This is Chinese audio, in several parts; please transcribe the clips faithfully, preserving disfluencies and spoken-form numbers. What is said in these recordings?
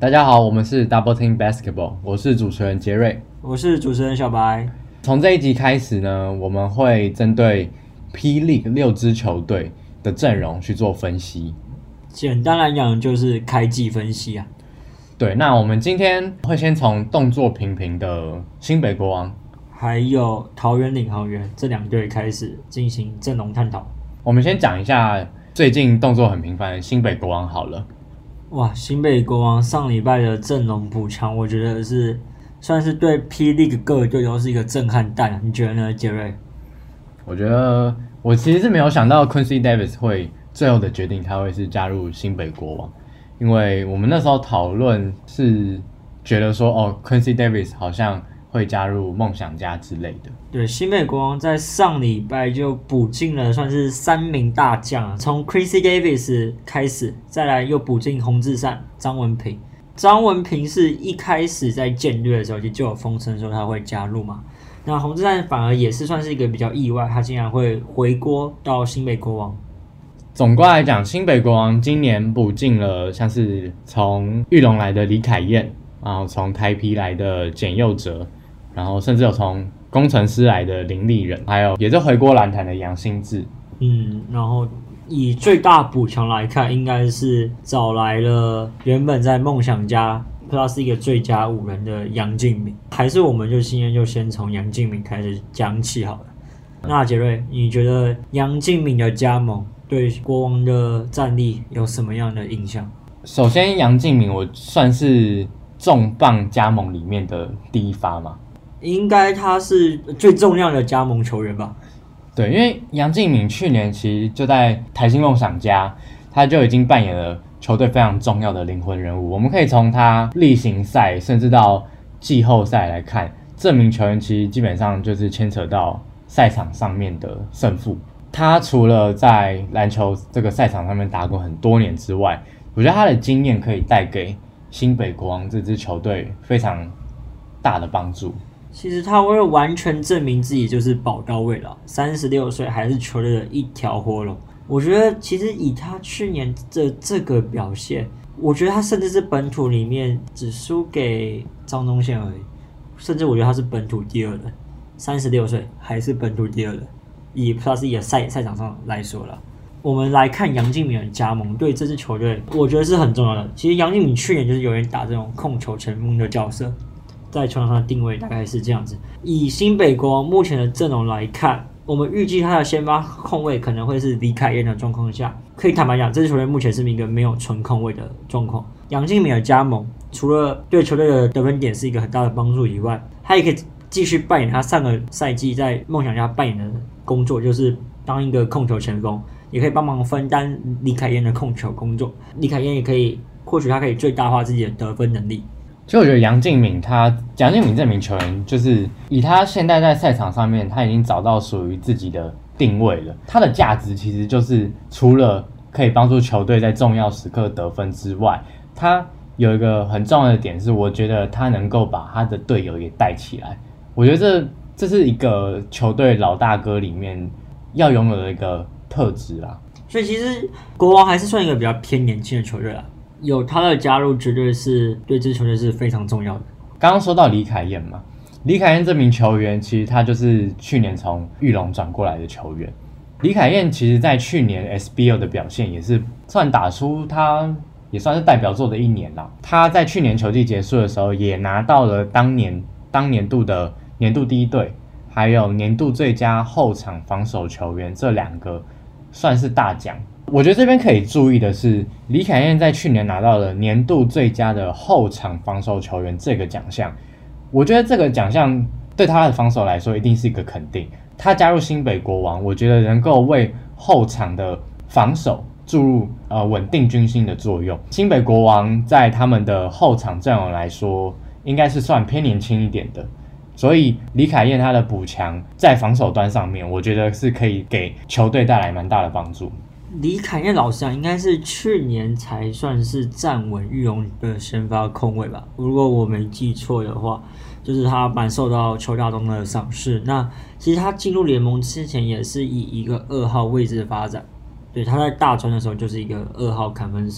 大家好，我们是 Double Team Basketball， 我是主持人杰瑞， 我是主持人小白。 从这一集开始呢，我们会针对 P League 六支球队的阵容去做分析。 简单来讲就是开季分析啊。 对，那我们今天会先从动作频频的新北国王， 还有桃园领航员这两队开始进行阵容探讨。 我们先讲一下最近动作很频繁的新北国王好了。 哇，新北国王上礼拜的阵容补强，我觉得是算是对 P League 各队都是一个震撼弹，你觉得呢，杰瑞？ 我觉得我其实是没有想到 Quincy Davis 会最后的决定他会是加入新北国王，因为我们那时候讨论是觉得说哦 Quincy Davis 好像会加入梦想家之类的。 对，新北国王在上礼拜就补进了算是三名大将，从 Quincy Davis 开始，再来又补进洪志善、张文平。张文平是一开始在建队的时候就有风声说他会加入嘛，那洪志善反而也是算是一个比较意外，他竟然会回国到新北国王。 总括来讲，新北国王今年补进了像是从玉龙来的李凯燕，然后从台啤来的简佑哲，然后甚至有从工程师来的林立人，还有也是回国篮坛的杨新志。 嗯，然后以最大补强来看，应该是找来了原本在梦想家不知道是一个最佳五人的杨敬敏，还是我们就今天就先从杨敬敏开始讲起好了。那杰瑞，你觉得杨敬敏的加盟对国王的战力有什么样的影响？ 首先，杨敬敏我算是重磅加盟里面的第一发嘛， 应该他是最重要的加盟球员吧？ 对，因为杨敬敏去年其实就在台新梦想家，他就已经扮演了球队非常重要的灵魂人物。我们可以从他例行赛甚至到季后赛来看，这名球员其实基本上就是牵扯到赛场上面的胜负。他除了在篮球这个赛场上面打过很多年之外，我觉得他的经验可以带给新北国王这支球队非常大的帮助。 其实他会完全证明自己就是宝刀未老，三十六岁还是球队的一条活龙。我觉得其实以他去年的这个表现，我觉得他甚至是本土里面只输给张宗宪而已，甚至我觉得他是本土第二人，三十六岁还是本土第二人。以 Plus 的赛赛场上来说了，我们来看杨敬敏的加盟对这支球队，我觉得是很重要的。其实杨敬敏去年就是有人打这种控球前锋的角色，在球场上的定位大概是这样子。以新北国王目前的阵容来看，我们预计他的先发控卫可能会是李凯燕的状况下，可以坦白讲，这支球队目前是一个没有纯控卫的状况。杨敬敏的加盟，除了对球队的得分点是一个很大的帮助以外，他也可以继续扮演他上个赛季在梦想家扮演的工作，就是当一个控球前锋，也可以帮忙分担李凯燕的控球工作。李凯燕也可以，或许他可以最大化自己的得分能力。 其实我觉得杨敬敏他杨敬敏这名球员，就是以他现在在赛场上面，他已经找到属于自己的定位了。他的价值其实就是除了可以帮助球队在重要时刻得分之外，他有一个很重要的点是，我觉得他能够把他的队友也带起来。我觉得这这是一个球队老大哥里面要拥有的一个特质啦。 所以其实国王还是算一个比较偏年轻的球队啦，有他的加入绝对是对这支球队是非常重要的。 刚刚说到李凯燕嘛，李凯燕这名球员其实他就是去年从玉龙转过来的球员。李凯燕其实在去年 S B L 的表现也是算打出他也算是代表作的一年啦。他在去年球季结束的时候也拿到了当年当年度的年度第一队，还有年度最佳后场防守球员，这两个算是大奖。我觉得这边可以注意的是，李凯燕在去年拿到了年度最佳的后场防守球员这个奖项。我觉得这个奖项对他的防守来说一定是一个肯定。他加入新北国王，我觉得能够为后场的防守注入呃稳定军心的作用。新北国王在他们的后场阵容来说，应该是算偏年轻一点的。所以李凯燕他的补强在防守端上面，我觉得是可以给球队带来蛮大的帮助。 李凯燕老师讲，应该是去年才算是站稳玉龙的先发控卫吧，如果我没记错的话，就是他蛮受到邱大东的赏识。那其实他进入联盟之前也是以一个二号位置的发展，对，他在大专的时候就是一个二号砍分手。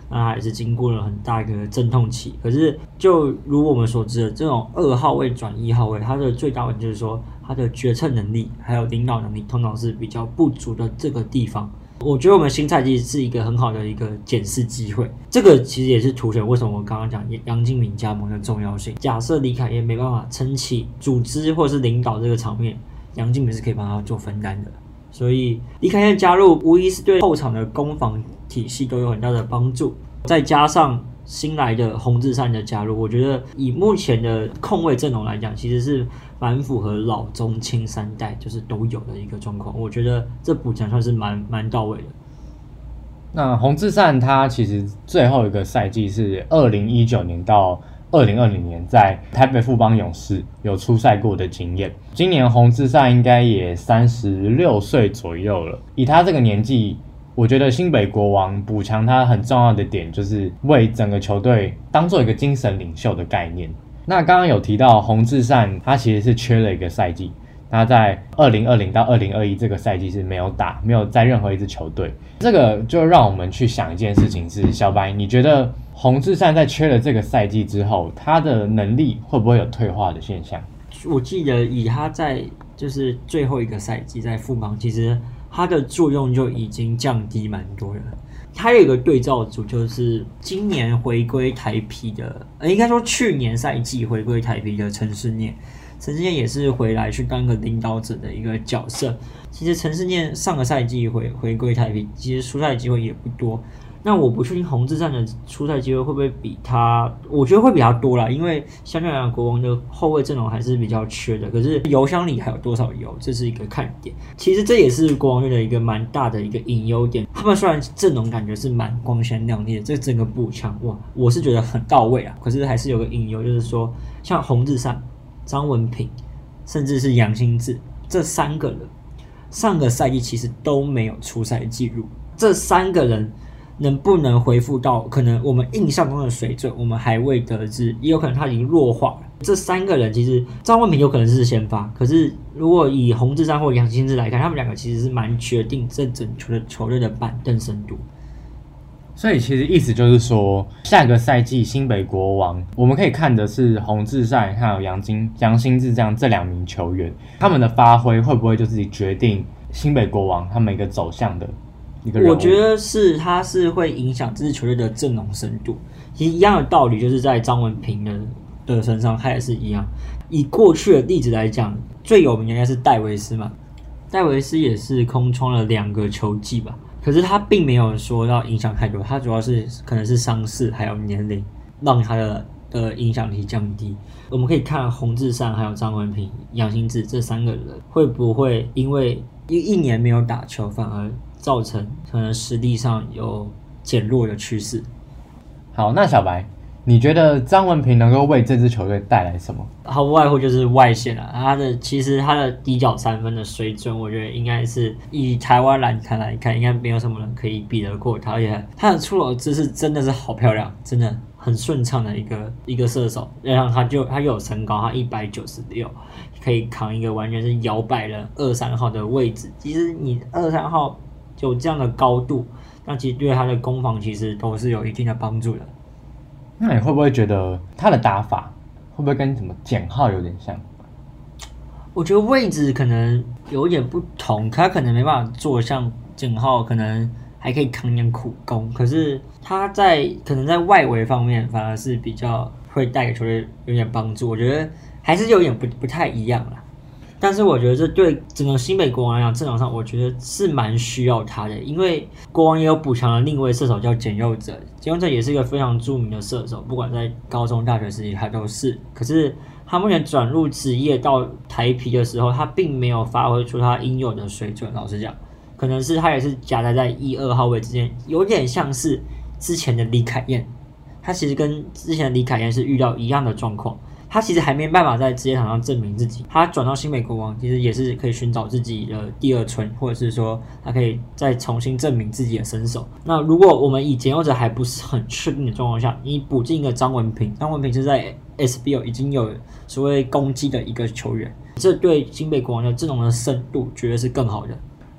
那他也是经过了很大一个阵痛期。可是就如我们所知的，这种二号位转一号位，他的最大问题就是说他的决策能力还有领导能力通常是比较不足的这个地方。我觉得我们新赛季是一个很好的一个检视机会，这个其实也是凸显为什么我刚刚讲杨敬敏加盟的重要性。假设李凯燕没办法撑起组织或是领导这个场面，杨敬敏是可以帮他做分担的。所以李凯燕加入无疑是对后场的攻防体系都有很大的帮助，再加上新来的洪志善的加入，我觉得以目前的控卫阵容来讲，其实是蛮符合老中青三代就是都有的一个状况。我觉得这补强算是蛮蛮到位的。 那洪志善他其实最后一个赛季是二零一九年到二零二零年在台北富邦勇士有出赛过的经验。今年洪志善应该也三十六岁左右了，以他这个年纪，我觉得新北国王补强他很重要的点就是为整个球队当做一个精神领袖的概念。那刚刚有提到洪志善他其实是缺了一个赛季，他在二零二零到二零二一这个赛季是没有打，没有在任何一支球队。这个就让我们去想一件事情是，小白你觉得洪志善在缺了这个赛季之后，他的能力会不会有退化的现象？ 我记得以他在就是最后一个赛季在富邦，其实他的作用就已经降低蛮多了。他有一个对照组，就是今年回归台啤的，呃，应该说去年赛季回归台啤的陈世念。陈世念也是回来去当个领导者的一个角色。其实陈世念上个赛季回回归台啤，其实出赛机会也不多。那我不确定洪志善的出赛机会会不会比他，我觉得会比他多啦，因为相对来讲国王的后卫阵容还是比较缺的。可是油箱里还有多少油，这是一个看点。其实这也是国王队的一个蛮大的一个隐忧点。他们虽然阵容感觉是蛮光鲜亮丽的，这整个补强哇，我是觉得很到位啊。可是还是有个隐忧，就是说像洪志善、张文平，甚至是杨新志这三个人，上个赛季其实都没有出赛记录。这三个人能不能恢复到可能我们印象中的水准，我们还未得知，也有可能他已经弱化了。这三个人其实张文平有可能是先发，可是如果以洪志善或杨新志来看，他们两个其实是蛮决定这整球的球队的板凳深度。 所以其实意思就是说，下个赛季新北国王，我们可以看的是洪志善还有杨金杨新志这样这两名球员，他们的发挥会不会就是决定新北国王他们一个走向的一个人物？ 我觉得是，他是会影响这支球队的阵容深度。其实一样的道理，就是在张文平的的身上，他也是一样。以过去的例子来讲，最有名的应该是戴维斯嘛，戴维斯也是空窗了两个球季吧。可是他并没有说到影响太多，他主要是可能是伤势还有年龄让他的的影响力降低。我们可以看洪志善还有张文平、杨新志这三个人会不会因为一年没有打球，反而造成可能实力上有减弱的趋势。 好，那小白，你觉得张文平能够为这支球队带来什么？ 毫不外乎就是外线啊，他的其实他的底角三分的水准，我觉得应该是以台湾篮坛来看，应该没有什么人可以比得过他。而且他的出手姿势真的是好漂亮，真的很顺畅的一个一个射手。然后他就他又有身高，他一百九十六，可以扛一个完全是摇摆了二三号的位置。其实你二三号有这样的高度，那其实对他的攻防其实都是有一定的帮助的。 那你会不会觉得他的打法会不会跟什么简浩有点像？ 我觉得位置可能有点不同，他可能没办法做像简浩，可能还可以扛点苦攻，可是他在可能在外围方面反而是比较会带给球队有点帮助。我觉得还是有点不不太一样啦。但是我觉得这对整个新北国王来讲，阵容上我觉得是蛮需要他的，因为国王也有补强了另一位射手叫简佑哲，简佑哲也是一个非常著名的射手，不管在高中、大学时期他都是。可是他目前转入职业到台啤的时候，他并没有发挥出他应有的水准。老实讲，可能是他也是夹杂在一二号位之间，有点像是之前的李凯燕，他其实跟之前的李凯燕是遇到一样的状况。他其实还没办法在职业场上证明自己，他转到新北国王其实也是可以寻找自己的第二春，或者是说他可以再重新证明自己的身手。那如果我们以简佑哲还不是很确定的状况下，你补进一个张文平，张文平是在 S B L 已经有所谓攻击的一个球员，这对新北国王的阵容的深度绝对是更好的。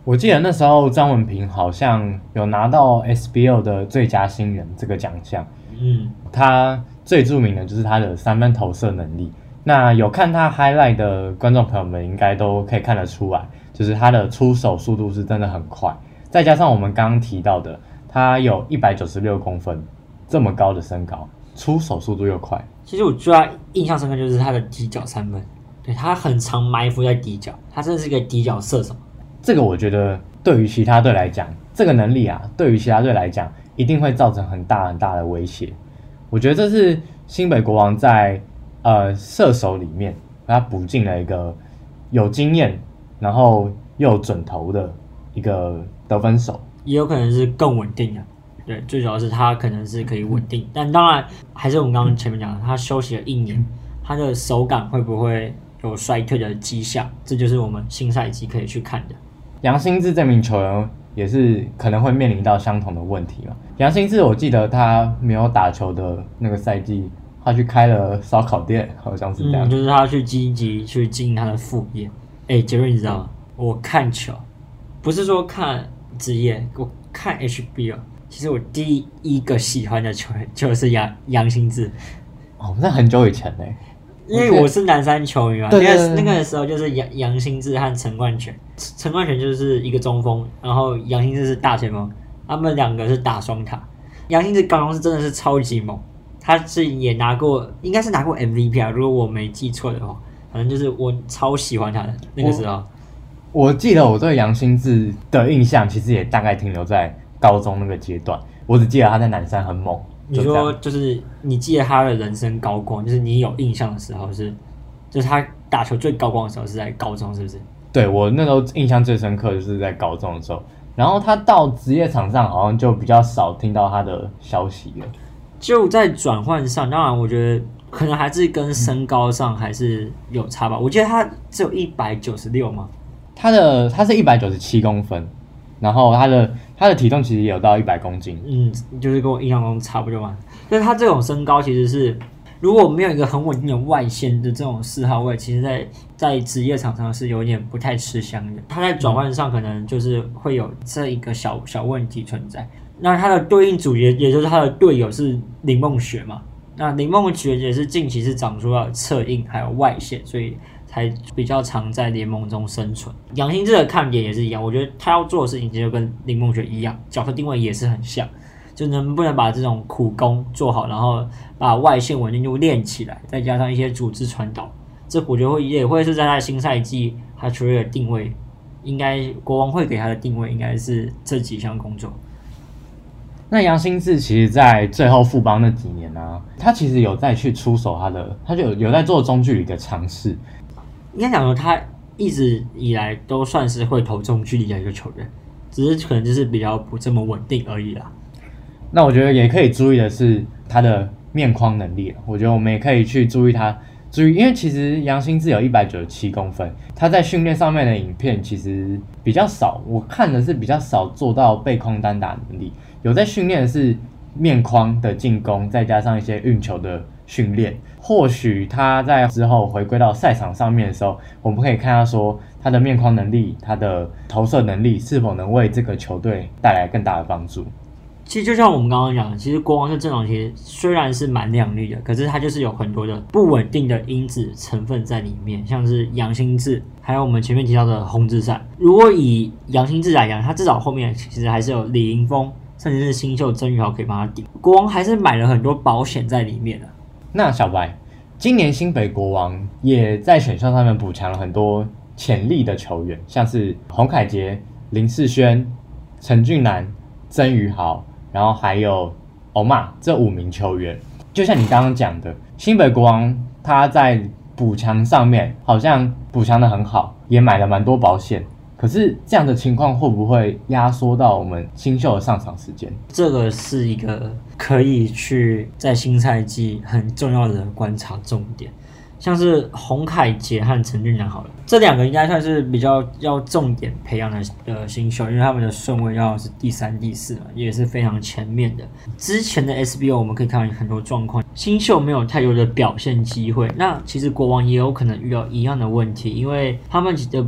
我记得那时候张文平好像有拿到 S B L 的最佳新人这个奖项。 嗯， 他最著名的就是他的三分投射能力。那有看他 highlight 的观众朋友们应该都可以看得出来，就是他的出手速度是真的很快，再加上我们刚刚提到的，他有一百九十六公分这么高的身高，出手速度又快。 其实我最印象深刻就是他的底角三分，对，他很常埋伏在底角，他真的是一个底角射手。 这个我觉得对于其他队来讲，这个能力啊，对于其他队来讲一定会造成很大很大的威胁。我觉得这是新北国王在呃射手里面，他补进了一个有经验，然后又有准投的一个得分手， 也有可能是更稳定的。对，最主要是他可能是可以稳定，但当然还是我们刚刚前面讲的，他休息了一年，他的手感会不会有衰退的迹象？这就是我们新赛季可以去看的。 杨新志这名球员也是可能会面临到相同的问题嘛。杨新志我记得他没有打球的那个赛季，他去开了烧烤店，好像是这样。 嗯，就是他去积极去经营他的副业。哎，杰瑞，你知道吗？我看球不是说看职业，我看 H B O。其实我第一个喜欢的球员就是杨杨新志。 哦，那很久以前嘞。 因为我是南山球迷嘛， 对对对那个那个时候就是杨杨新志和陈冠权，陈冠权就是一个中锋，然后杨新志是大前锋，他们两个是打双塔。杨新志高中是真的是超级猛，他是也拿过，应该是拿过 M V P 啊，如果我没记错的话，反正就是我超喜欢他的那个时候。 我, 我记得我对杨新志的印象其实也大概停留在高中那个阶段，我只记得他在南山很猛。 你说就是你记得他的人生高光，就是你有印象的时候是，就是他打球最高光的时候是在高中，是不是？ 对，我那时候印象最深刻就是在高中的时候，然后他到职业场上好像就比较少听到他的消息了。 就在转换上，当然我觉得可能还是跟身高上还是有差吧。我记得他只有一百九十六吗？ 他的他是一百九十七公分。然后他的他的体重其实也有到一百公斤， 嗯，就是跟我印象中差不多嘛。但是他这种身高其实是，如果没有一个很稳定的外线的这种四号位，其实在在职业场上是有点不太吃香的。他在转换上可能就是会有这一个小小问题存在。那他的对应组也也就是他的队友是林梦雪嘛。那林梦雪也是近期是长出了侧应还有外线，所以才比较常在联盟中生存。杨新志的看点也是一样，我觉得他要做的事情就跟林梦雪一样，角色定位也是很像，就能不能把这种苦工做好，然后把外线稳定度练起来，再加上一些组织传导，这我觉得会也会是在他的新赛季他球队的定位，应该国王会给他的定位应该是这几项工作。 那杨新志其实在最后富邦那几年啊，他其实有再去出手他的，他就 有, 有在做中距离的尝试。 应该讲说他一直以来都算是会投中距离的一个球员，只是可能就是比较不这么稳定而已啦。 那我觉得也可以注意的是他的面框能力，我觉得我们也可以去注意他，注意，因为其实杨新志有一百九十七公分，他在训练上面的影片其实比较少，我看的是比较少做到背框单打能力，有在训练的是面框的进攻，再加上一些运球的训练。或许他在之后回归到赛场上面的时候，我们可以看到说他的面框能力，他的投射能力是否能为这个球队带来更大的帮助。 其实就像我们刚刚讲的，其实国王的阵容其实虽然是蛮亮丽的，可是它就是有很多的不稳定的因子成分在里面，像是杨新志，还有我们前面提到的洪志善。如果以杨新志来讲，他至少后面其实还是有李迎峰，甚至是新秀曾宇豪可以帮他顶。国王还是买了很多保险在里面的。 那小白，今年新北国王也在选秀上面补强了很多潜力的球员，像是洪凯杰、林世轩、陈俊南、曾宇豪，然后还有欧玛这五名球员。就像你刚刚讲的，新北国王他在补强上面好像补强的很好，也买了蛮多保险。可是这样的情况会不会压缩到我们新秀的上场时间？ 这个是一个可以去在新赛季很重要的观察重点。像是洪凯杰和陈俊南好了，这两个应该算是比较要重点培养的呃新秀，因为他们的顺位要是第三、第四嘛，也是非常前面的。之前的 S B O 我们可以看到很多状况，新秀没有太多的表现机会。那其实国王也有可能遇到一样的问题，因为他们的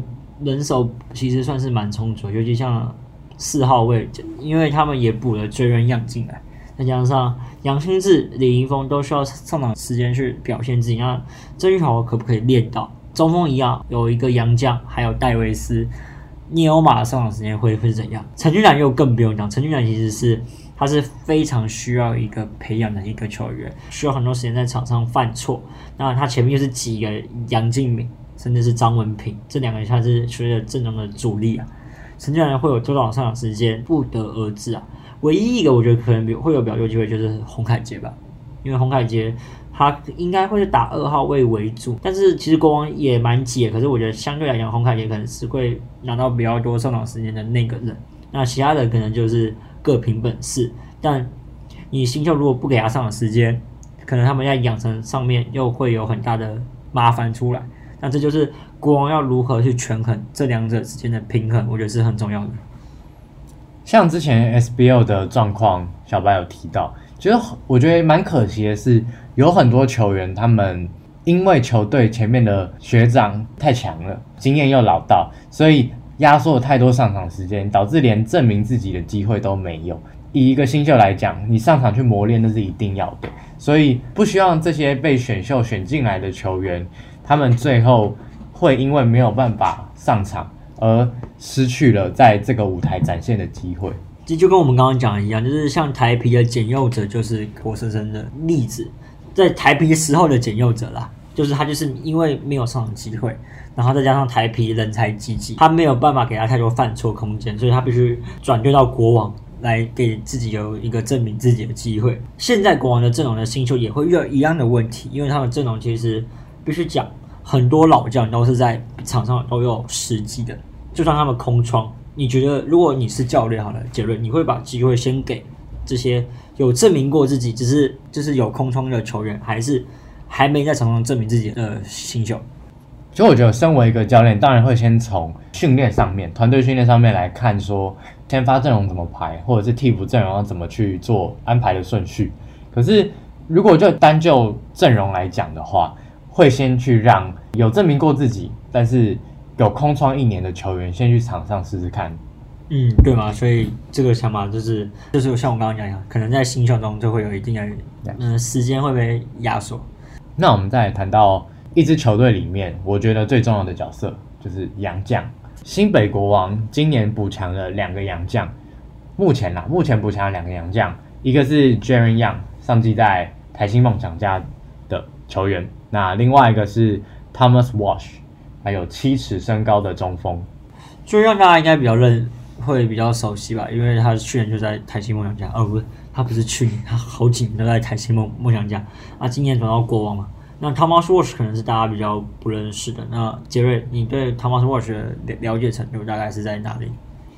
人手其实算是蛮充足，尤其像四号位，因为他们也补了追人样进来，再加上杨清志、李盈峰都需要上场时间去表现自己。那郑玉豪可不可以练到？中锋一样有一个杨将，还有戴维斯，涅欧马的上场时间会会是怎样？陈俊南又更不用讲，陈俊南其实是他是非常需要一个培养的一个球员，需要很多时间在场上犯错。那他前面又是几个杨敬敏，甚至是张文平，这两个人他是随着阵容的主力啊。陈俊南会有多少上场时间不得而知啊。唯一一个我觉得可能会有表现机会就是洪凯杰吧，因为洪凯杰他应该会是打二号位为主，但是其实国王也蛮挤的，可是我觉得相对来讲洪凯杰可能是会拿到比较多上场时间的那个人，那其他的可能就是各凭本事。但你新秀如果不给他上场时间，可能他们在养成上面又会有很大的麻烦出来，那这就是国王要如何去权衡这两者之间的平衡，我觉得是很重要的。 像之前 S B L 的状况，小白有提到，其实我觉得蛮可惜的是，有很多球员他们因为球队前面的学长太强了，经验又老道，所以压缩了太多上场时间，导致连证明自己的机会都没有。以一个新秀来讲，你上场去磨练那是一定要的，所以不希望这些被选秀选进来的球员，他们最后会因为没有办法上场而失去了在这个舞台展现的机会。 其实就跟我们刚刚讲的一样，就是像台啤的简佑哲就是活生生的例子，在台啤时候的简佑哲啦，就是他就是因为没有上场机会，然后再加上台啤人才济济，他没有办法给他太多犯错空间，所以他必须转队到国王来给自己有一个证明自己的机会。现在国王的阵容的新秀也会遇到一样的问题，因为他们阵容其实必须讲很多老将都是在场上都有实际的，就算他们空窗，你觉得如果你是教练好了，杰伦，你会把机会先给这些有证明过自己只是就是有空窗的球员，还是还没在场上证明自己的新秀？ 所以我觉得身为一个教练，当然会先从训练上面、团队训练上面来看，说先发阵容怎么排，或者是替补阵容要怎么去做安排的顺序。可是如果就单就阵容来讲的话，会先去让有证明过自己，但是有空窗一年的球员先去场上试试看。 嗯，对嘛？所以这个想法就是就是像我刚刚讲一样，可能在新秀中就会有一定的嗯时间会被压缩。 那我们再来谈到一支球队里面，我觉得最重要的角色就是洋将。新北国王今年补强了两个洋将，目前啦，目前补强了两个洋将，一个是 Jaren Young， 上季在台新梦想家的球员，那另外一个是 Thomas Walsh， 还有七尺身高的中锋。 就让大家应该比较认，会比较熟悉吧，因为他去年就在台新梦想家，哦不是，他不是去年，他好几年都在台新梦梦想家，啊，今年转到国王嘛。那 Thomas Walsh 可能是大家比较不认识的。那杰瑞，你对 Thomas Walsh 的了解程度大概是在哪里？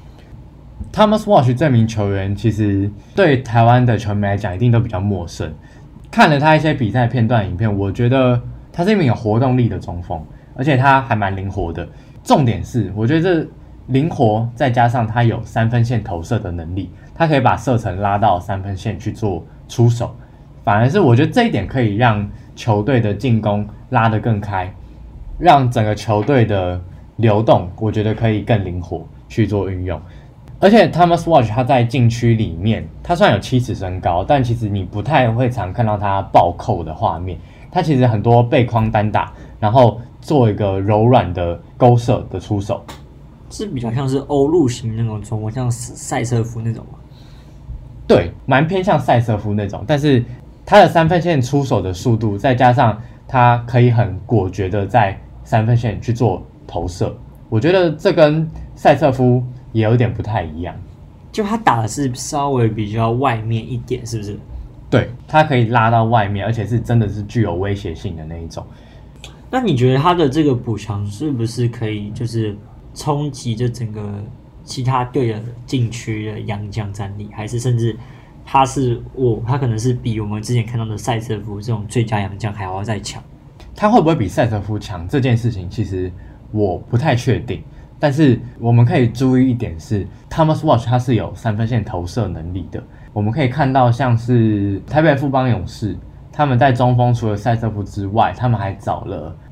Thomas Walsh 这名球员其实对台湾的球迷来讲一定都比较陌生。看了他一些比赛片段影片，我觉得他是一名有活动力的中锋，而且他还蛮灵活的。重点是，我觉得这灵活再加上他有三分线投射的能力，他可以把射程拉到三分线去做出手，反而是我觉得这一点可以让球队的进攻拉得更开，让整个球队的流动，我觉得可以更灵活去做运用。而且 Thomas Walsh 他在禁区里面，他虽然有七尺身高，但其实你不太会常看到他暴扣的画面。他其实很多背框单打，然后做一个柔软的勾射的出手， 是比较像是欧陆型那种中锋，像塞瑟夫那种吗？ 对，蛮偏向塞瑟夫那种，但是他的三分线出手的速度，再加上他可以很果决的在三分线去做投射，我觉得这跟塞瑟夫也有点不太一样。 就他打的是稍微比较外面一点，是不是？ 对，他可以拉到外面，而且是真的是具有威胁性的那一种。 那你觉得他的这个补强是不是可以就是冲击这整个其他队的禁区的洋将战力，还是甚至他是我、哦、他可能是比我们之前看到的塞瑟夫这种最佳洋将还要再强？ 他会不会比塞瑟夫强这件事情，其实我不太确定。但是我们可以注意一点是 ，Thomas Walsh 他是有三分线投射能力的。我们可以看到，像是台北富邦勇士，他们在中锋除了塞瑟夫之外，他们还找了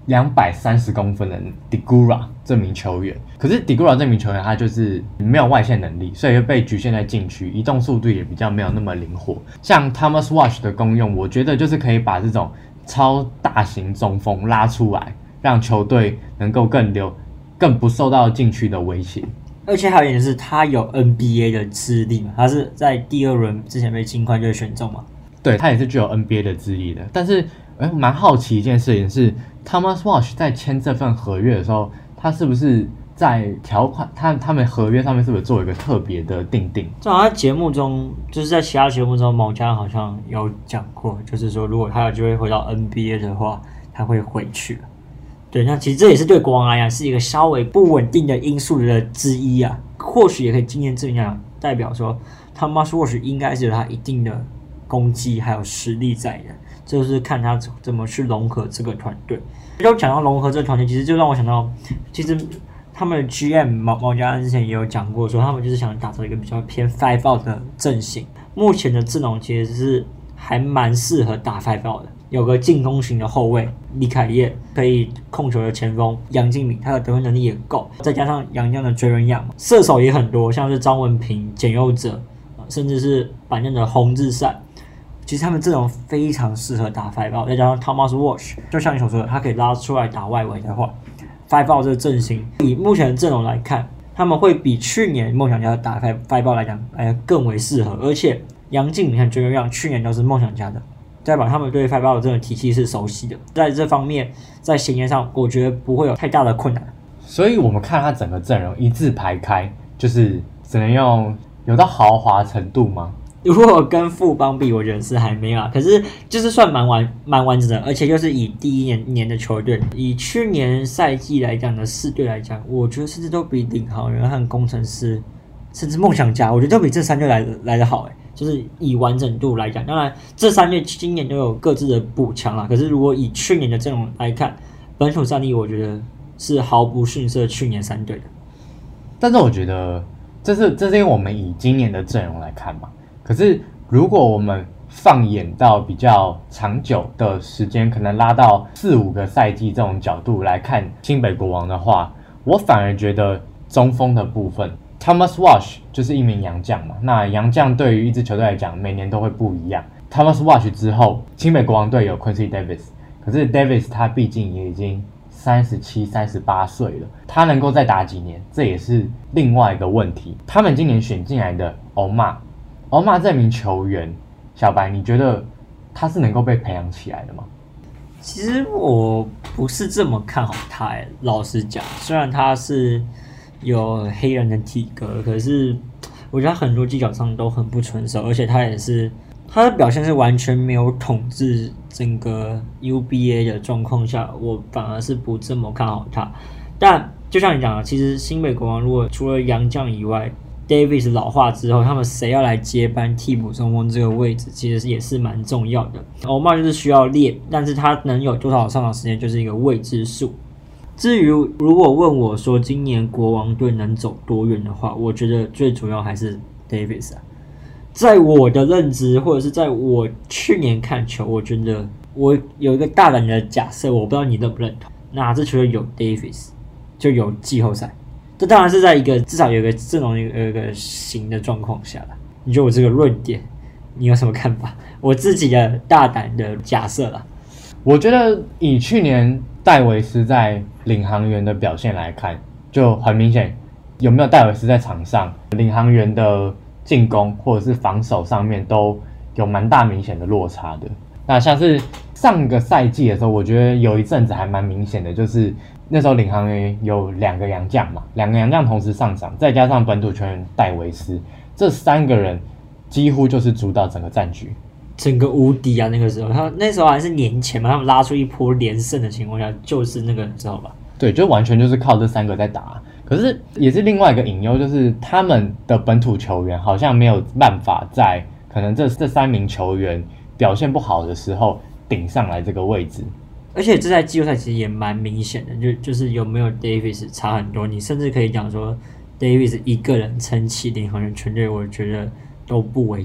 两百三十公分的 Deguara 这名球员，可是 Deguara 这名球员他就是没有外线能力，所以被局限在禁区，移动速度也比较没有那么灵活。像 Thomas Walsh 的功用，我觉得就是可以把这种超大型中锋拉出来，让球队能够更留、更不受到禁区的威胁。 而且还有一点是，他有 N B A 的资历嘛，他是在第二轮之前被金块队选中嘛。 对，他也是具有 N B A 的资历的。但是，哎，蛮好奇一件事情是 ，Thomas Walsh 在签这份合约的时候，他是不是在条款他他们合约上面是不是做一个特别的定定？ 正好在节目中，就是在其他节目中，某家好像有讲过，就是说如果他有机会回到 N B A 的话，他会回去。对，那其实这也是对国王来讲是一个稍微不稳定的因素的之一啊。或许也可以经验证明，代表说 Thomas Walsh 应该是有他一定的攻击还有实力在的，就是看他怎么去融合这个团队。就讲到融合这个团队，其实就让我想到，其实他们的 G M 毛毛家安之前也有讲过，说他们就是想打造一个比较偏 five out 的阵型。目前的阵容其实是还蛮适合打 five out 的。有个进攻型的后卫李凯业，可以控球的前锋杨敬敏，他的得分能力也够，再加上杨将的追人样，射手也很多，像是张文平、简佑哲，甚至是板凳的洪志善，其实他们这种非常适合打 five out， 再加上 Thomas Walsh， 就像你所说的，他可以拉出来打外围的话 ，five out 这个阵型，以目前的阵容来看，他们会比去年梦想家打 five out 来讲，来更为适合，而且杨敬敏和追人样去年都是梦想家的。代表他们对 five out 这种体系是熟悉的，在这方面，在衔接上，我觉得不会有太大的困难。 所以我们看他整个阵容一字排开，就是只能用有到豪华程度吗？ 如果跟富邦比，我觉得是还没有啊，可是就是算蛮完蛮完整的，而且就是以第一年年的球队，以去年赛季来讲的四队来讲，我觉得甚至都比领航员和工程师，甚至梦想家，我觉得都比这三队来来的好哎。就是以完整度来讲，当然这三队今年都有各自的补强啦。可是如果以去年的阵容来看，本土战力我觉得是毫不逊色去年三队的。 但是我觉得这是这是因为我们以今年的阵容来看嘛。可是如果我们放眼到比较长久的时间，可能拉到四五个赛季这种角度来看新北国王的话，我反而觉得中锋的部分。Thomas Walsh 就是一名洋将嘛，那洋将对于一支球队来讲，每年都会不一样。Thomas Walsh 之后，新北国王队有 Quincy Davis， 可是 Davis 他毕竟也已经三十七、三十八岁了，他能够再打几年，这也是另外一个问题。他们今年选进来的 Omar，Omar 这名球员，小白，你觉得他是能够被培养起来的吗？ 其实我不是这么看好他、欸，老实讲，虽然他是有黑人的体格，可是我觉得他很多技巧上都很不纯熟，而且他也是他的表现是完全没有统治整个 U B A 的状况下，我反而是不这么看好他。但就像你讲的，其实新北国王如果除了洋将以外 ，Davis 老化之后，他们谁要来接班替补中锋这个位置，其实也是蛮重要的。欧曼就是需要练，但是他能有多少上场时间，就是一个未知数。至于如果问我说今年国王队能走多远的话，我觉得最主要还是 Davis 啊。在我的认知，或者是在我去年看球，我觉得我有一个大胆的假设，我不知道你认不认同。哪支球队有 Davis， 就有季后赛。这当然是在一个至少有一个阵容有一个行的状况下了。你觉得我这个论点，你有什么看法？我自己的大胆的假设啦。 我觉得以去年戴维斯在领航员的表现来看，就很明显有没有戴维斯在场上，领航员的进攻或者是防守上面都有蛮大明显的落差的。那像是上个赛季的时候，我觉得有一阵子还蛮明显的，就是那时候领航员有两个洋将嘛，两个洋将同时上场，再加上本土球员戴维斯，这三个人几乎就是主导整个战局。 整个无敌啊！那个时候，他那时候还是年前嘛，他们拉出一波连胜的情况下，就是那个时候吧。 对，就完全就是靠这三个在打。可是也是另外一个隐忧，就是他们的本土球员好像没有办法在可能这这三名球员表现不好的时候顶上来这个位置。 而且这在季后赛其实也蛮明显的，就就是有没有 Davis 差很多。你甚至可以讲说 ，Davis 一个人撑起领航员全队，我觉得都不为过。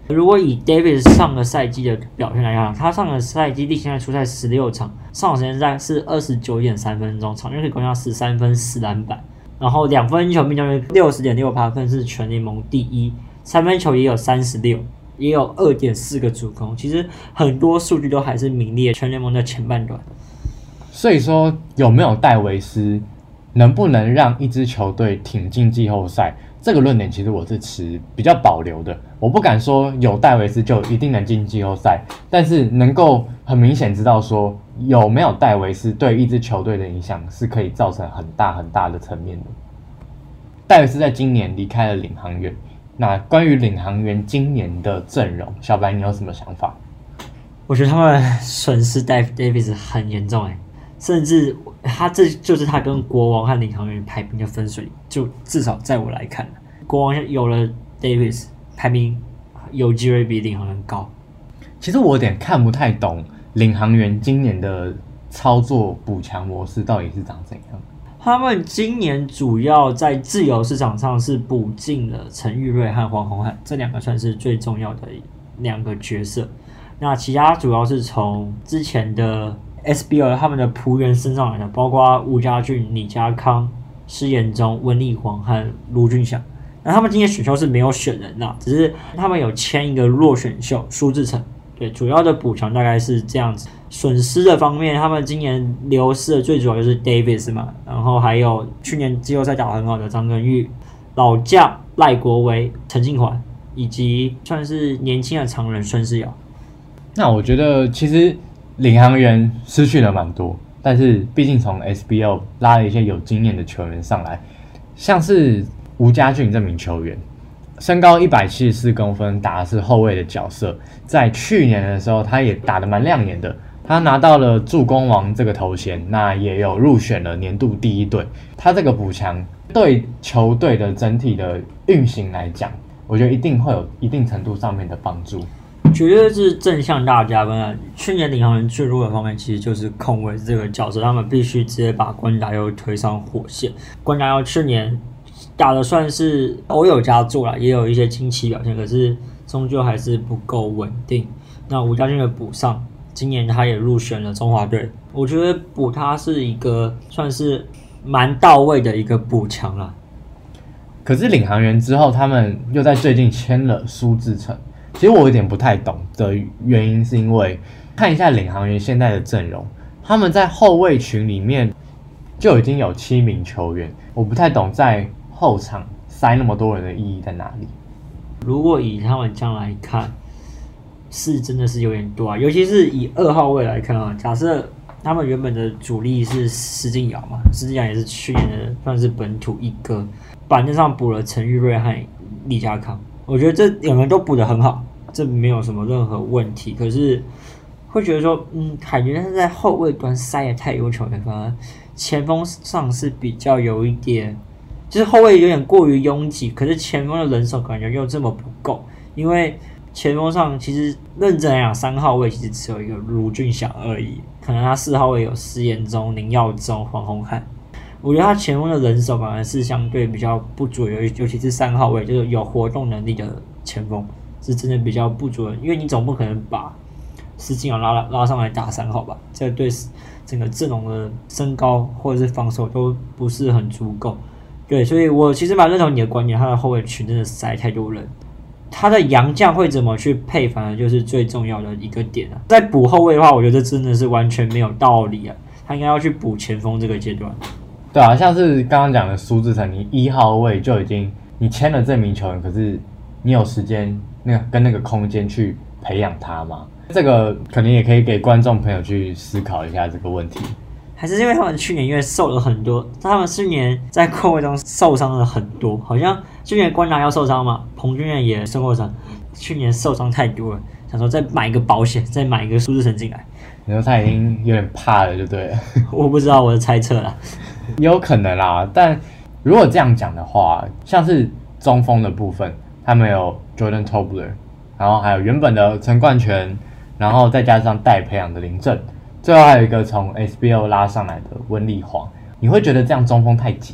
如果以 Davis 上个赛季的表现来看，他上个赛季例行赛出赛十六场，上场时间在是二十九点三分钟，场均可以攻下十三分、四篮板，然后两分球命中率六十点六趴，更是全联盟第一，三分球也有三十六，也有 二点四个助攻，其实很多数据都还是名列全联盟的前半段。 所以说，有没有戴维斯，能不能让一支球队挺进季后赛？这个论点其实我是持比较保留的，我不敢说有戴维斯就一定能进季后赛，但是能够很明显知道说有没有戴维斯对一支球队的影响是可以造成很大很大的层面的。戴维斯在今年离开了领航员，那关于领航员今年的阵容，小白你有什么想法？ 我觉得他们损失 Davis 很严重哎，甚至他这就是他跟国王和领航员排名的分水岭，就至少在我来看，国王有了 Davis 排名有机会比领航员高。 其实我有点看不太懂领航员今年的操作补强模式到底是长怎样。 他们今年主要在自由市场上是补进了陈玉瑞和黄宏汉，这两个算是最重要的两个角色。那其他主要是从之前的 S B L 他们的仆人身上来的，包括吴家俊、李家康、施延中、温立煌和卢俊祥。那他们今天选秀是没有选人啦，只是他们有签一个弱选秀苏志成。对，主要的补强大概是这样子。损失的方面，他们今年流失的最主要就是 Davis 嘛，然后还有去年季后赛打得很好的张根玉、老将赖国维、陈敬环，以及算是年轻的常人孙世尧。 那我觉得其实领航员失去了蛮多，但是毕竟从 S B L 拉了一些有经验的球员上来，像是吴家俊这名球员，身高一百七十四公分，打的是后卫的角色，在去年的时候他也打得蛮亮眼的，他拿到了助攻王这个头衔，那也有入选了年度第一队。他这个补强对球队的整体的运行来讲，我觉得一定会有一定程度上面的帮助。 绝对是正向大加分啊！去年领航员最弱的方面其实就是控卫这个角色，他们必须直接把关达佑推上火线。关达佑去年打的算是偶有佳作啦，也有一些惊奇表现，可是终究还是不够稳定。那吴家俊的补上，今年他也入选了中华队，我觉得补他是一个算是蛮到位的一个补强啦。 可是领航员之后，他们又在最近签了苏志成。其实我有点不太懂的原因，是因为看一下领航员现在的阵容，他们在后卫群里面就已经有七名球员，我不太懂在后场塞那么多人的意义在哪里。 如果以他们这样来看，是真的是有点多啊，尤其是以二号位来看啊，假设他们原本的主力是施晋尧嘛，施晋尧也是去年的算是本土一哥，板凳上补了陈玉瑞和李家康。我觉得这两个人都补得很好，这没有什么任何问题。可是会觉得说，嗯，感觉他在后卫端塞的太多球员，反而前锋上是比较有一点，就是后卫有点过于拥挤，可是前锋的人手感觉又这么不够。因为前锋上其实认真来讲，三号位其实只有一个卢俊祥而已，可能他四号位有施延中、林耀宗、黄宏汉。我觉得他前锋的人手反而是相对比较不足，尤尤其是三号位，就是有活动能力的前锋是真的比较不足的，因为你总不可能把施晋尧拉拉上来打三号吧，这对整个阵容的身高或者是防守都不是很足够。对，所以我其实蛮认同你的观点，他的后卫群真的塞太多人，他的洋将会怎么去配，反而就是最重要的一个点啊。在补后卫的话，我觉得真的是完全没有道理啊，他应该要去补前锋这个阶段。 对啊，像是刚刚讲的苏志成，你一号位就已经你签了这名球员，可是你有时间那个跟那个空间去培养他吗？这个可能也可以给观众朋友去思考一下这个问题。 还是因为他们去年因为受了很多，他们去年在控卫中受伤了很多，好像去年关达要受伤嘛，彭俊彦也受过伤，去年受伤太多了，想说再买一个保险，再买一个苏志成进来。 你说他已经有点怕了，就对了。 我不知道，我的猜测啦。 有可能啦，但如果这样讲的话，像是中锋的部分，他们有 Jordan Tobler， 然后还有原本的陈冠泉，然后再加上待培养的林振，最后还有一个从 S B L 拉上来的温立煌。你会觉得这样中锋太急吗？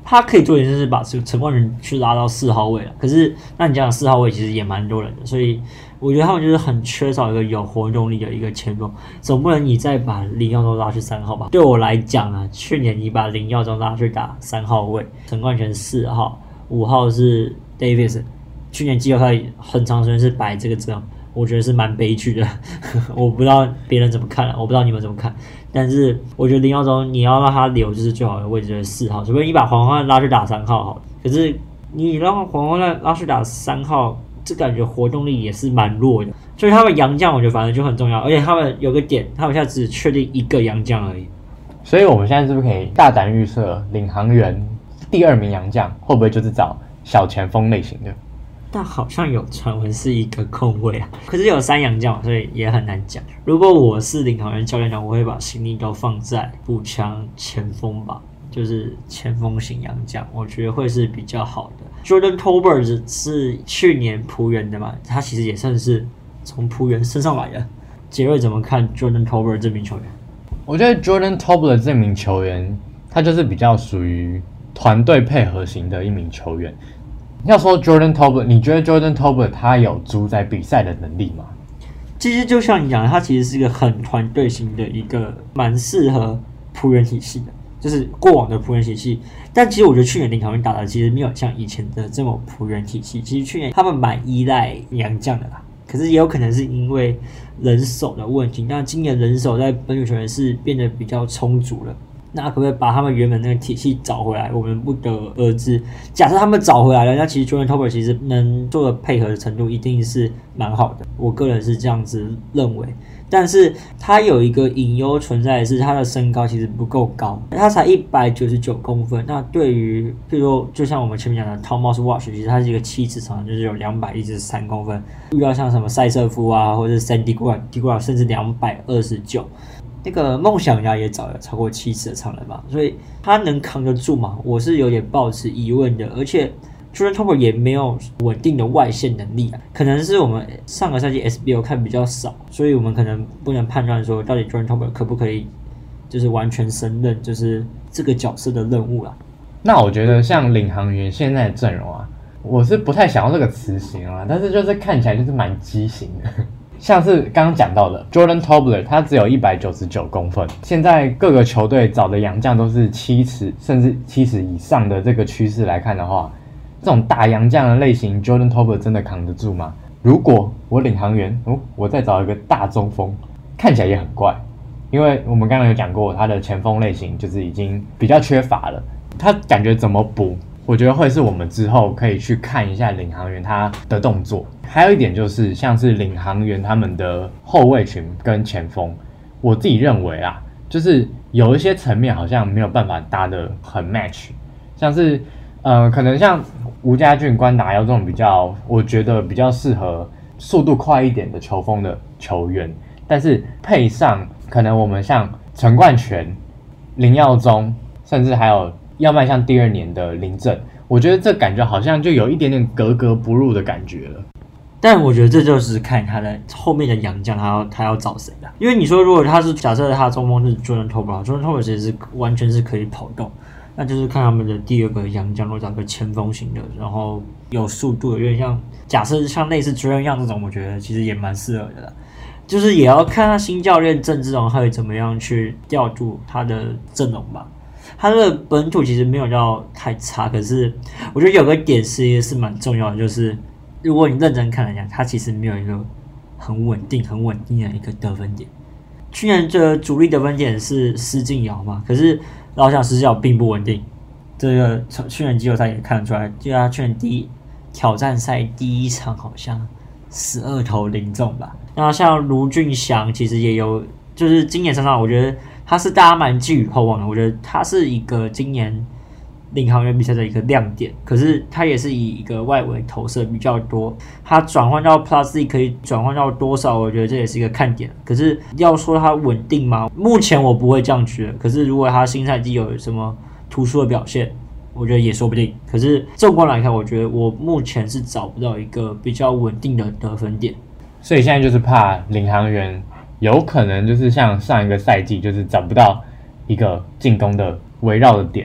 他可以做一件事，把陈冠权去拉到四号位了。可是，那你讲四号位其实也蛮多人的，所以我觉得他们就是很缺少一个有活动力的一个前锋。总不能你再把林耀宗拉去三号吧？对我来讲啊，去年你把林耀宗拉去打三号位，陈冠权四号，五号是 Davis。去年季后赛很长时间是摆这个阵容，我觉得是蛮悲剧的。我不知道别人怎么看，我不知道你们怎么看。但是我觉得林耀宗你要让他留就是最好的位置就是四号，除非你把黄焕拉去打三号好了。可是你让黄焕拉去打三号，这感觉活动力也是蛮弱的。所以他们洋将我觉得反正就很重要，而且他们有个点，他们现在只确定一个洋将而已。 所以我们现在是不是可以大胆预测领航员第二名洋将会不会就是找小前锋类型的？ 但好像有传闻是一个空位啊，可是有三洋将，所以也很难讲。如果我是领航员教练长，我会把心力都放在补强前锋吧，就是前锋型洋将，我觉得会是比较好的。Jordan Tolbert 是去年璞园的嘛，他其实也算是从璞园升上来的。杰瑞怎么看 Jordan Tolbert 这名球员？ 我觉得 Jordan Tolbert 这名球员，他就是比较属于团队配合型的一名球员。要说 Jordan Tolbert， 你觉得 Jordan Tolbert 他有主宰比赛的能力吗？ 其实就像你讲的，他其实是一个很团队型的一个，蛮适合璞园体系的，就是过往的璞园体系。但其实我觉得去年领航员打的其实没有像以前的这么璞园体系。其实去年他们蛮依赖洋将的啦，可是也有可能是因为人手的问题。那今年人手在本土球员是变得比较充足了。那可不可以把他们原本那个体系找回来？我们不得而知。假设他们找回来了，那其实 Jordan Tolbert 其实能做的配合的程度一定是蛮好的，我个人是这样子认为。但是他有一个隐忧存在的是，他的身高其实不够高，他才一百九十九公分。那对于，譬如说，就像我们前面讲的 Thomas Walsh， 其实他是一个七尺长，就是有两百一十三公分。遇到像什么塞瑟夫啊，或者是 Sandy Gura， 甚至两百二十九。那个梦想家也找了超过七次的常人嘛，所以他能扛得住吗？我是有点抱持疑问的。而且 Jordan Tolbert 也没有稳定的外线能力啊，可能是我们上个赛季 S B O 看比较少，所以我们可能不能判断说到底 Jordan Tolbert 可不可以就是完全胜任就是这个角色的任务啦。 那我觉得像领航员现在的阵容啊，我是不太想要这个词型啊，但是就是看起来就是蛮畸形的。像是刚刚讲到的 Jordan Tolbert， 他只有一百九十九公分，现在各个球队找的洋将都是七尺甚至七尺以上的这个趋势来看的话，这种大洋将的类型 Jordan Tolbert 真的扛得住吗？如果我领航员、哦、我再找一个大中锋，看起来也很怪，因为我们刚刚有讲过他的前锋类型就是已经比较缺乏了，他感觉怎么补，我觉得会是我们之后可以去看一下领航员他的动作。还有一点就是像是领航员他们的后卫群跟前锋，我自己认为啊，就是有一些层面好像没有办法搭得很 match， 像是呃可能像吴家俊、关达尧这种比较，我觉得比较适合速度快一点的球风的球员，但是配上可能我们像陈冠权、林耀宗，甚至还有要迈向第二年的林振，我觉得这感觉好像就有一点点格格不入的感觉了。 但我觉得这就是看他的后面的洋将，他要他要找谁的。因为你说如果他是假设他的中锋是 Jordan Tolbert，Jordan Tolbert 其实是完全是可以跑动，那就是看他们的第二个洋将，如果找个前锋型的，然后有速度的，有点像假设像类似 Jordan Young 这种，我觉得其实也蛮适合的啦。就是也要看他新教练郑志荣会怎么样去调度他的阵容吧。他的本土其实没有到太差，可是我觉得有个点是是蛮重要的，就是如果你认真看来讲，他其实没有一个很稳定、很稳定的一个得分点。去年的主力得分点是施晋尧嘛，可是老想施晋尧并不稳定。这个去年季后赛也看得出来，就他去年第一挑战赛第一场好像十二投零中吧。那像卢俊祥其实也有，就是今年身上我觉得他是大家蛮寄予厚望的，我觉得他是一个今年领航员比赛的一个亮点，可是他也是以一个外围投射比较多，他转换到 Plus Z 可以转换到多少，我觉得这也是一个看点。可是要说他稳定吗？目前我不会这样觉得。可是如果他新赛季有什么突出的表现，我觉得也说不定。可是纵观来看，我觉得我目前是找不到一个比较稳定的得分点。 所以现在就是怕领航员有可能就是像上一个赛季，就是找不到一个进攻的围绕的点。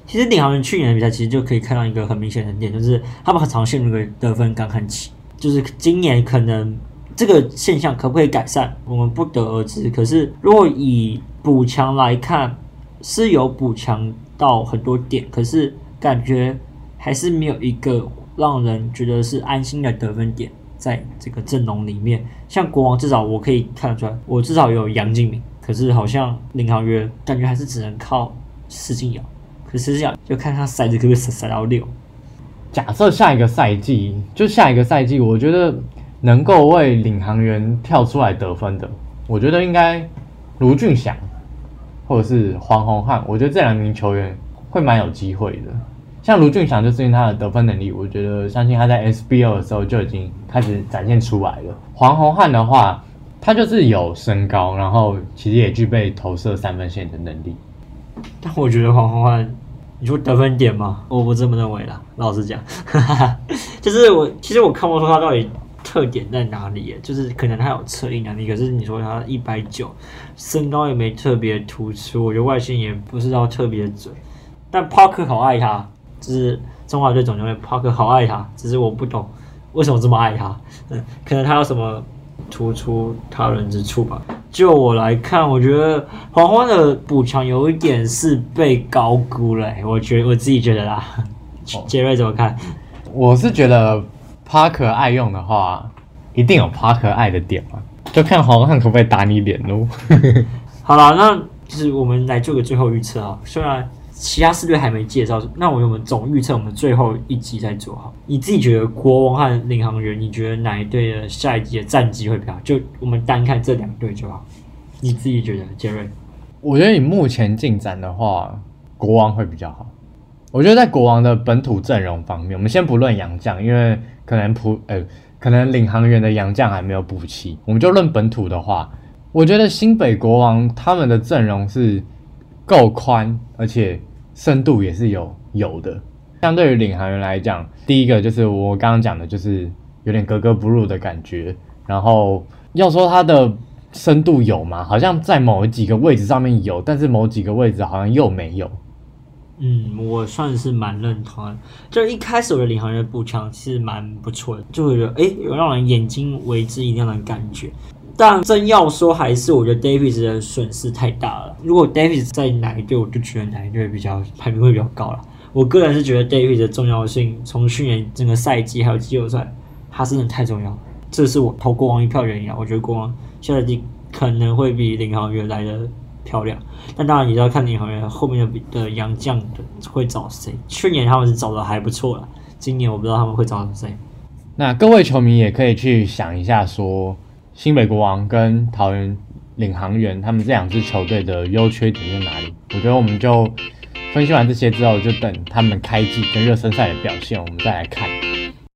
其实领航员去年的比赛其实就可以看到一个很明显的点，就是他们很常陷入一个得分感叹期，就是今年可能这个现象可不可以改善，我们不得而知。可是如果以补强来看，是有补强到很多点，可是感觉还是没有一个让人觉得是安心的得分点在这个阵容里面。像国王至少我可以看得出来，我至少有杨敬敏，可是好像领航员感觉还是只能靠施晋尧，可是施晋尧就看他骰子可不可以骰到六。 假设下一个赛季，就下一个赛季，我觉得能够为领航员跳出来得分的，我觉得应该卢俊祥或者是黄宏汉，我觉得这两名球员会蛮有机会的。像卢俊祥就是因为他的得分能力，我觉得相信他在 S B L 的时候就已经开始展现出来了。黄宏汉的话，他就是有身高，然后其实也具备投射三分线的能力。 但我觉得黄宏汉，你说得分点吗？我不这么认为啦，老实讲，就是我其实我看不出他到底特点在哪里耶，就是可能他有策应能力，可是你说他一百九，身高也没特别突出，我觉得外线也不是到特别准。但 Parker 好爱他，就是中华队总教练 Parker 好爱他，只是我不懂为什么这么爱他。嗯，可能他有什么突出他人之处吧。就我来看，我觉得黄欢的补强有一点是被高估了，我觉得我自己觉得啦。杰瑞怎么看？ 我是觉得 Parker 爱用的话，一定有 Parker 爱的点嘛，就看黄汉可不可以打你脸喽。 好了，那就是我们来做个最后预测啊。虽然其他四队还没介绍，那我们总预测我们最后一集再做好。你自己觉得国王和领航员，你觉得哪一队的下一集的战绩会比较好？就我们单看这两队就好。你自己觉得，杰瑞？ 我觉得以目前进展的话，国王会比较好。我觉得在国王的本土阵容方面，我们先不论洋将，因为可能普呃可能领航员的洋将还没有补齐，我们就论本土的话，我觉得新北国王他们的阵容是够宽，而且深度也是有有的。相对于领航员来讲，第一个就是我刚刚讲的，就是有点格格不入的感觉。然后要说它的深度有吗？好像在某几个位置上面有，但是某几个位置好像又没有。 嗯，我算是蛮认同的。就一开始我的领航员补强其实蛮不错的，就会觉得哎，有让人眼睛为之一亮的感觉。但真要说，还是我觉得 Davis 的损失太大了。如果 Davis 在哪一队，我就觉得哪一队比较排名会比较高了。我个人是觉得 Davis 的重要性，从去年整个赛季还有季后赛，他真的太重要了。这是我投国王一票原因啊。我觉得国王下赛季可能会比领航员来的漂亮，但当然也要看领航员后面的的洋将会找谁。去年他们是找的还不错了，今年我不知道他们会找谁。 那各位球迷也可以去想一下说，新北国王跟桃园领航员他们这两支球队的优缺点在哪里？我觉得我们就分析完这些之后，就等他们开季跟热身赛的表现，我们再来看。